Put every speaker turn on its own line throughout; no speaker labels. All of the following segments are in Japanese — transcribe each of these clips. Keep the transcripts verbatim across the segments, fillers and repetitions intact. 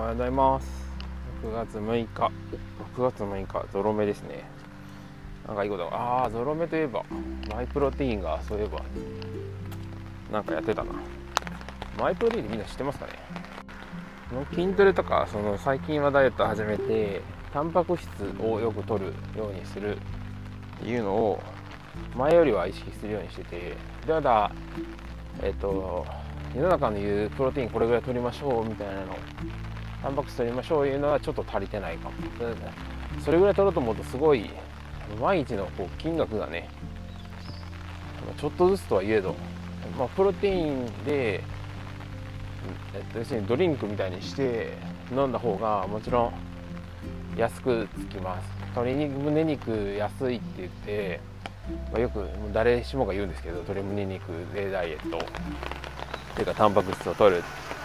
おはようございます。ろくがつむいか、ろくがつむいか、ゾロ目ですね。なんかいいことが、ああ、ゾロ目といえば、マイプロテインが、そういえば、なんかやってたな。マイプロテインってみんな知ってますかね。筋トレとか、その最近はダイエット始めて、タンパク質をよく摂るようにするっていうのを、前よりは意識するようにしてて、ただ、えっと、世の中の言うプロテインこれぐらい摂りましょうみたいなの、タンパク質摂りましょういうのはちょっと足りてないかも。それぐらい摂ろうと思うとすごい毎日のこう金額がね、ちょっとずつとはいえど、まあ、プロテインで、えっと、要するにドリンクみたいにして飲んだ方がもちろん安くつきます。鶏肉胸肉安いって言って、まあ、よく誰しもが言うんですけど、鶏胸肉でダイエットっていうかタンパク質を摂る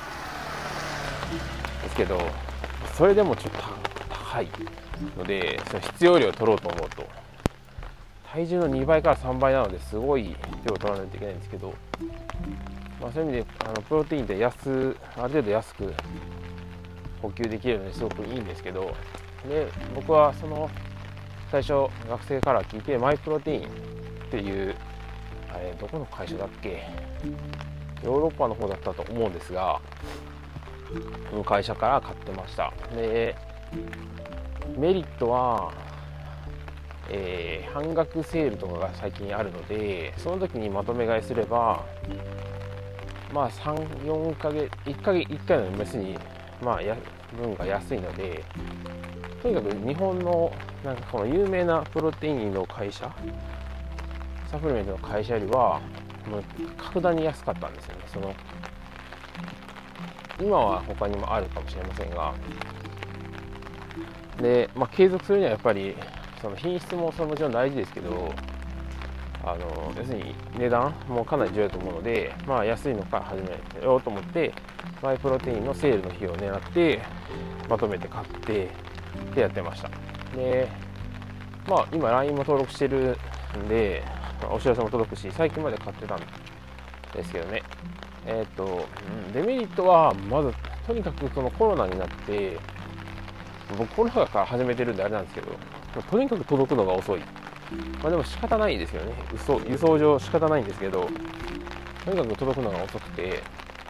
ですけど、それでもちょっと高いので、その必要量を取ろうと思うと体重のにばいからさんばいなのですごい量を取らないといけないんですけど、まあ、そういう意味であのプロテインって安ある程度安く補給できるのですごくいいんですけど、で僕はその最初学生から聞いてマイプロテインっていうあれどこの会社だっけ、ヨーロッパの方だったと思うんですが、会社から買ってました。でメリットは、えー、半額セールとかが最近あるので、その時にまとめ買いすればまあさん、よんかげついっかげついっかいのメスにまあや分が安いので、とにかく日本のなんかこの有名なプロテインの会社、サプリメントの会社よりはもう格段に安かったんですよね。その今は他にもあるかもしれませんが、で、まあ、継続するにはやっぱりその品質もそれもちろん大事ですけど、あの要するに値段もかなり重要だと思うので、まあ、安いのから始めようと思ってマイプロテインのセールの日を狙ってまとめて買ってでやってました。で、まあ、今 ライン も登録してるんでお知らせも届くし、最近まで買ってたんですけどね。えっとデメリットはまずとにかくそのコロナになって、僕コロナから始めてるんであれなんですけど、とにかく届くのが遅い。まあでも仕方ないですよね。輸送上仕方ないんですけど、とにかく届くのが遅くて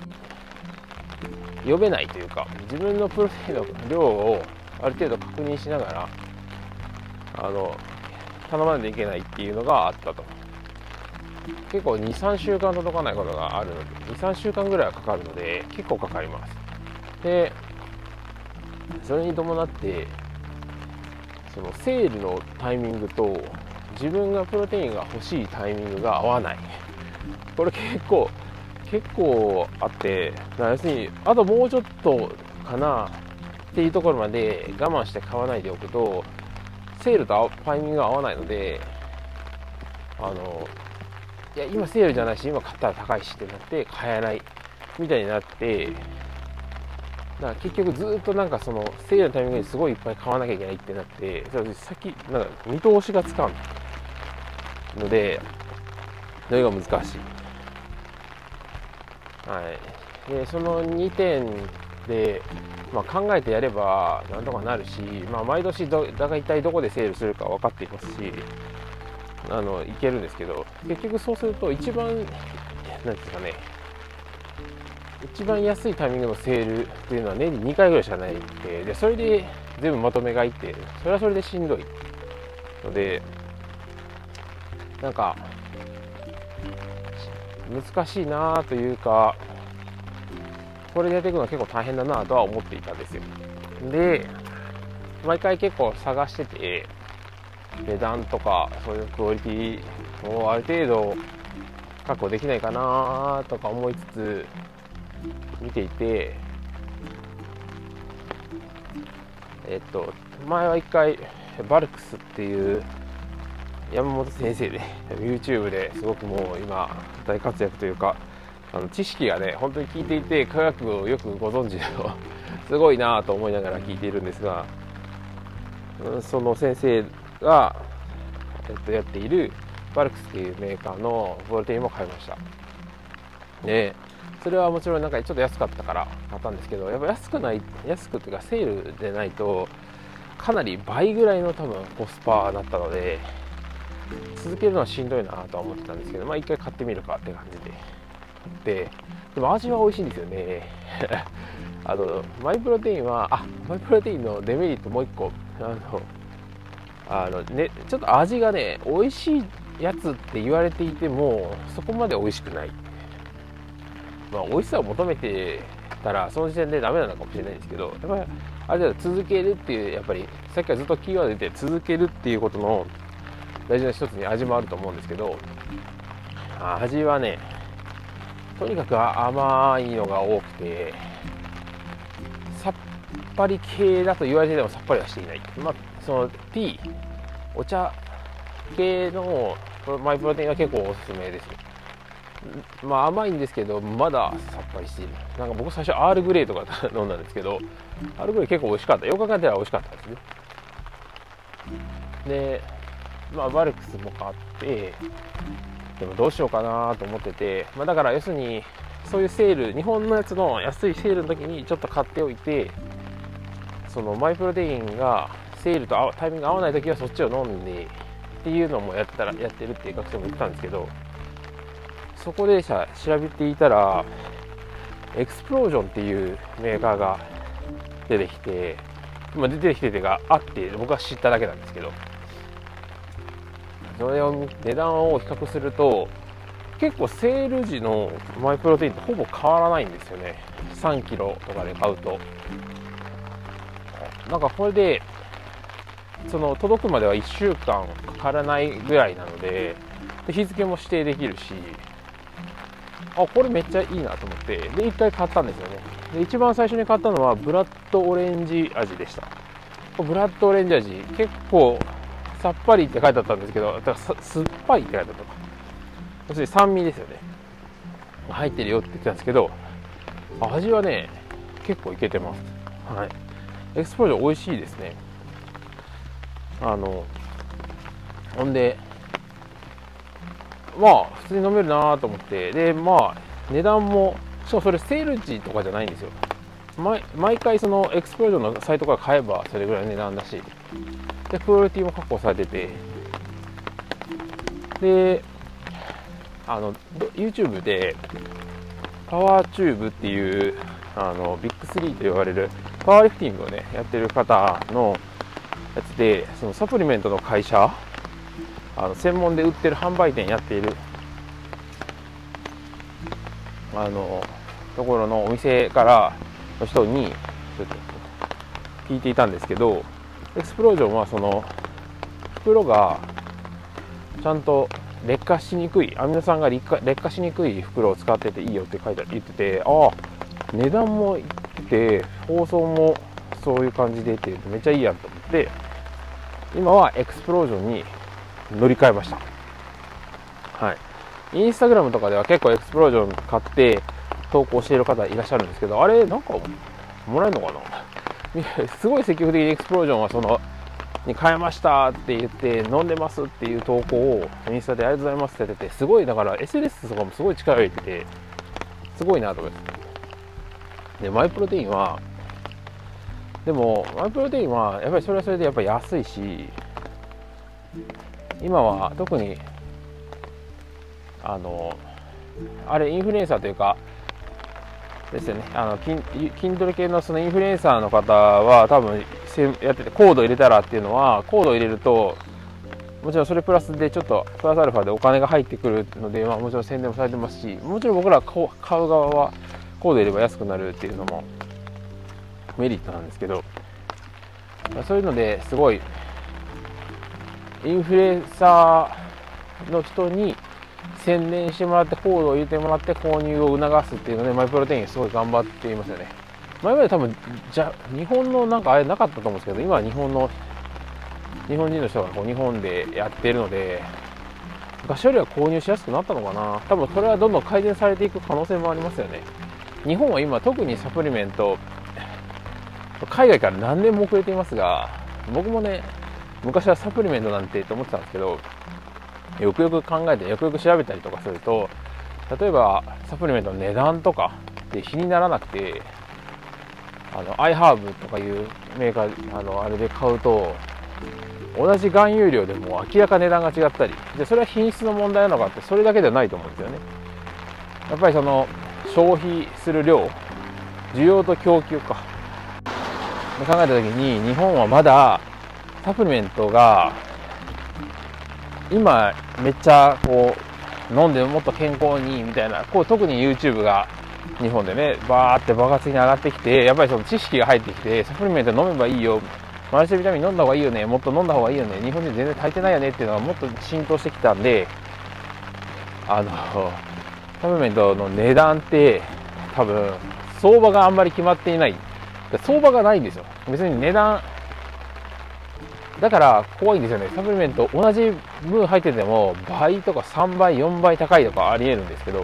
呼べないというか、自分のプロテインの量をある程度確認しながらあの頼まないといけないっていうのがあったと。結構 にさんしゅうかん届かないことがあるので、にさんしゅうかんぐらいはかかるので結構かかります。でそれに伴ってそのセールのタイミングと自分がプロテインが欲しいタイミングが合わない、これ結構結構あって、要するにあともうちょっとかなっていうところまで我慢して買わないでおくとセールとタイミングが合わないので、あのいや今セールじゃないし今買ったら高いしってなって買えないみたいになって、だから結局ずっとなんかそのセールのタイミングにすごいいっぱい買わなきゃいけないってなって、先なんか見通しがつかんのでそれが難しい。はい、でそのにてんで、まあ、考えてやればなんとかなるし、まあ、毎年どだが一体どこでセールするか分かっていますし、あのいけるんですけど、結局そうすると一番なんですかね、一番安いタイミングのセールっていうのは年ににかいぐらいしかないので、でそれで全部まとめ買いってそれはそれでしんどいので、なんか難しいなというか、これでやっていくのは結構大変だなとは思っていたんですよ。で毎回結構探してて、値段とかそういうクオリティをある程度確保できないかなとか思いつつ見ていて、えっと前は一回バルクスっていう山本先生で YouTube ですごくもう今大活躍というか、あの知識がね本当に聞いていて科学をよくご存知のすごいなと思いながら聞いているんですが、その先生が、えっと、やっているバルクスっていうメーカーのプロテインも買いました。でそれはもちろんなんかちょっと安かったから買ったんですけど、やっぱ安くない安くっていうかセールでないとかなり倍ぐらいの多分コスパだったので、続けるのはしんどいなとは思ってたんですけど、まあ一回買ってみるかって感じで買って、でも味は美味しいんですよねあとマイプロテインはあマイプロテインのデメリットもう一個、あのあのねちょっと味がね美味しいやつって言われていてもそこまで美味しくない。まあ美味しさを求めてたらその時点でダメなのかもしれないんですけど、やっぱりあれだと続けるっていう、やっぱりさっきからずっとキーワード出て続けるっていうことの大事な一つに味もあると思うんですけど、味はねとにかく甘いのが多くて、さっぱり系だと言われててもさっぱりはしていない。まあそのティーお茶系のマイプロテインは結構おすすめです。まあ甘いんですけどまださっぱりしている。なんか僕最初アールグレイとか飲んだんですけど、アールグレイ結構美味しかった。よく考えたら美味しかったですね。でまあバルクスも買って、でもどうしようかなと思ってて、まあ、だから要するにそういうセール、日本のやつの安いセールの時にちょっと買っておいて、そのマイプロテインがセールとタイミング合わない時はそっちを飲んでっていうのもやってたらやってるっていう学生も言ってたんですけど、そこでさ調べていたらエクスプロージョンっていうメーカーが出てきて、今出てきててがあって僕は知っただけなんですけど、それを値段を比較すると結構セール時のマイプロテインとほぼ変わらないんですよね。さんキロとかで買うとなんかこれでその届くまではいっしゅうかんかからないぐらいなので、で日付も指定できるし、あこれめっちゃいいなと思ってでいっかい買ったんですよね。で一番最初に買ったのはブラッドオレンジ味でした。ブラッドオレンジ味結構さっぱりって書いてあったんですけど、だから酸っぱいって書いてあったと。要するに酸味ですよね入ってるよって言ってたんですけど、味はね結構いけてます。はい、エクスプロージョン美味しいですね。あのほんでまあ普通に飲めるなと思って、でまあ値段もしかもそれセール時とかじゃないんですよ。毎, 毎回そのエクスプロージョンのサイトから買えばそれぐらいの値段だし、でクオリティも確保されてて、であの YouTube でパワーチューブっていうあのビッグスリーと呼ばれるパワーリフティングをねやってる方のやつで、そのサプリメントの会社、あの専門で売ってる販売店やっているあのところのお店からの人にちょっと聞いていたんですけど、エクスプロージョンはその袋がちゃんと劣化しにくい、アミノ酸が劣化、劣化しにくい袋を使ってていいよって書いて言ってて、ああ値段もいってて包装もそういう感じでってめっちゃいいやんと思って、今はエクスプロージョンに乗り換えました。はい、インスタグラムとかでは結構エクスプロージョン買って投稿している方いらっしゃるんですけど、あれなんかもらえるのかなすごい積極的にエクスプロージョンはそのに変えましたって言って飲んでますっていう投稿をインスタでありがとうございますってやってて、すごいだから エスエヌエス とかもすごい力を入れててすごいなと思います。でマイプロテインはでもマイプロテインはやっぱりそれはそれでやっぱり安いし、今は特にあのあれインフルエンサーというかですよね、あの筋, 筋トレ系のそのインフルエンサーの方は多分やってて、コード入れたらっていうのはコード入れるともちろんそれプラスでちょっとプラスアルファでお金が入ってくるので、まあ、もちろん宣伝もされてますし、もちろん僕ら買う側はコード入れれば安くなるっていうのもメリットなんですけど、そういうのですごいインフルエンサーの人に宣伝してもらってコードを入れてもらって購入を促すっていうのでマイプロテインすごい頑張っていますよね。前まで多分じゃ日本のなんかあれなかったと思うんですけど、今は日本の日本人の人がこう日本でやっているので昔よりは購入しやすくなったのかな。多分それはどんどん改善されていく可能性もありますよね。日本は今特にサプリメント海外から何年も遅れていますが、僕もね昔はサプリメントなんてと思ってたんですけど、よくよく考えてよくよく調べたりとかすると例えばサプリメントの値段とかで気にならなくて、あの アイハーブ とかいうメーカー、あのあれで買うと同じ含有量でも明らか値段が違ったり、でそれは品質の問題なのかって、それだけではないと思うんですよね。やっぱりその消費する量、需要と供給か考えた時に、日本はまだサプリメントが今めっちゃこう飲んでもっと健康にみたいな、こう特に YouTube が日本でねバーって爆発的に上がってきて、やっぱりその知識が入ってきて、サプリメント飲めばいいよ、マルチビタミン飲んだ方がいいよね、もっと飲んだ方がいいよね、日本人全然足りてないよねっていうのがもっと浸透してきたんで、あのサプリメントの値段って多分相場があんまり決まっていない、相場がないんですよ。別に値段だから怖いんですよね。サプリメント同じ分入ってても倍とかさんばいよんばい高いとかありえるんですけど、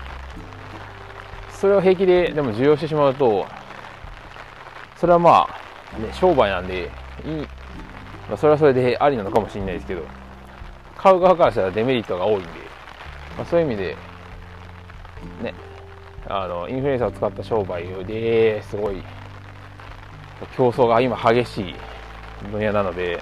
それを平気ででも需要してしまうと、それはまあ、ね、商売なんでいい、まあ、それはそれでありなのかもしれないですけど、買う側からしたらデメリットが多いんで、まあ、そういう意味でね、あのインフルエンサーを使った商売ですごい競争が今激しい分野なので、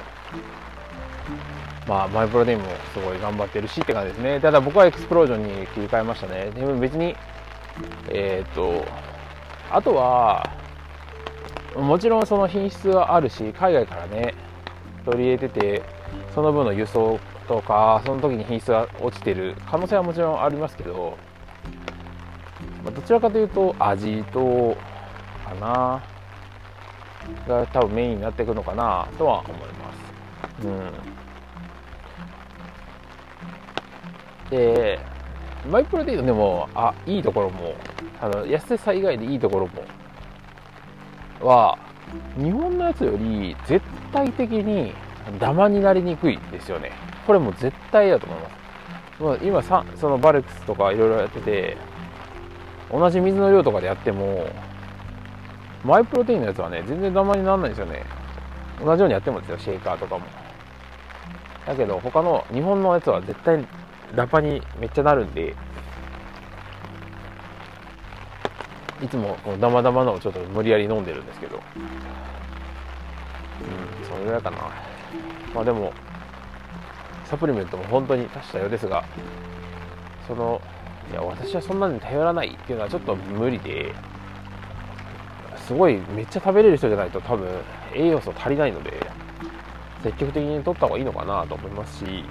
まあマイプロテインもすごい頑張ってるしって感じですね。ただ僕はエクスプロージョンに切り替えましたね。でも別にえー、っとあとはもちろんその品質はあるし、海外からね取り入れてて、その分の輸送とかその時に品質が落ちてる可能性はもちろんありますけど、まあ、どちらかというと味とかなが多分メインになっていくのかなとは思います。うん、でマイプロテインでもあいいところも、あの安さ以外でいいところもは日本のやつより絶対的にダマになりにくいですよね。これも絶対だと思います。まあ、今さそのバルクスとかいろいろやってて、同じ水の量とかでやってもマイプロテインのやつはね全然ダマにならないんですよね。同じようにやってもですよ、シェイカーとかも。だけど他の日本のやつは絶対ダマにめっちゃなるんで、いつもこのダマダマのをちょっと無理やり飲んでるんですけど、うん、それぐらいかな。まあでもサプリメントも本当に多種多様ですが、そのいや私はそんなに頼らないっていうのはちょっと無理で、すごいめっちゃ食べれる人じゃないと多分栄養素足りないので、積極的に取った方がいいのかなと思いますし、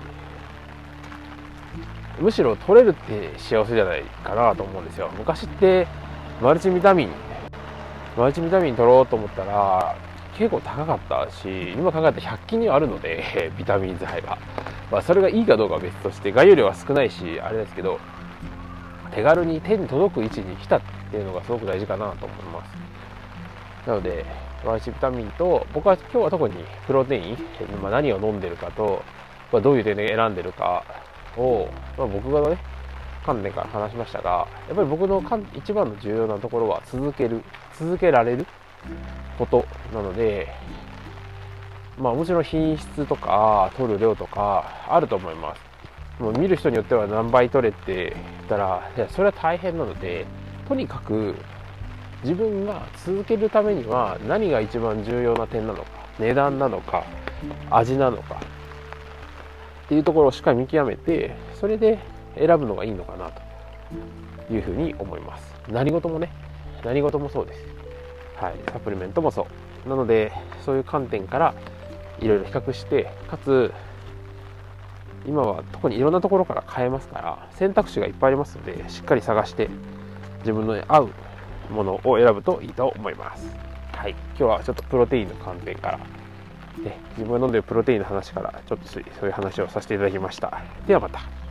むしろ取れるって幸せじゃないかなと思うんですよ。昔ってマルチビタミンマルチビタミン取ろうと思ったら結構高かったし、今考えたらひゃく均にはあるのでビタミン剤は、まあ、それがいいかどうかは別として、含有量は少ないしあれですけど、手軽に手に届く位置に来たっていうのがすごく大事かなと思います。なのでマルチビタミンと、僕は今日は特にプロテイン、まあ、何を飲んでるかと、まあ、どういう点で選んでるかを、まあ、僕がね観点から話しましたが、やっぱり僕の一番の重要なところは続ける続けられることなので、まあもちろん品質とか取る量とかあると思います。もう見る人によっては何倍取れって言ったら、いやそれは大変なので、とにかく自分が続けるためには何が一番重要な点なのか、値段なのか味なのかっていうところをしっかり見極めて、それで選ぶのがいいのかなというふうに思います。何事もね、何事もそうです。はい、サプリメントもそう。なのでそういう観点からいろいろ比較して、かつ今は特にいろんなところから買えますから選択肢がいっぱいありますので、しっかり探して自分の合うものを選ぶといいと思います。はい、今日はちょっとプロテインの観点から、ね、自分が飲んでるプロテインの話からちょっとそういう話をさせていただきました。ではまた。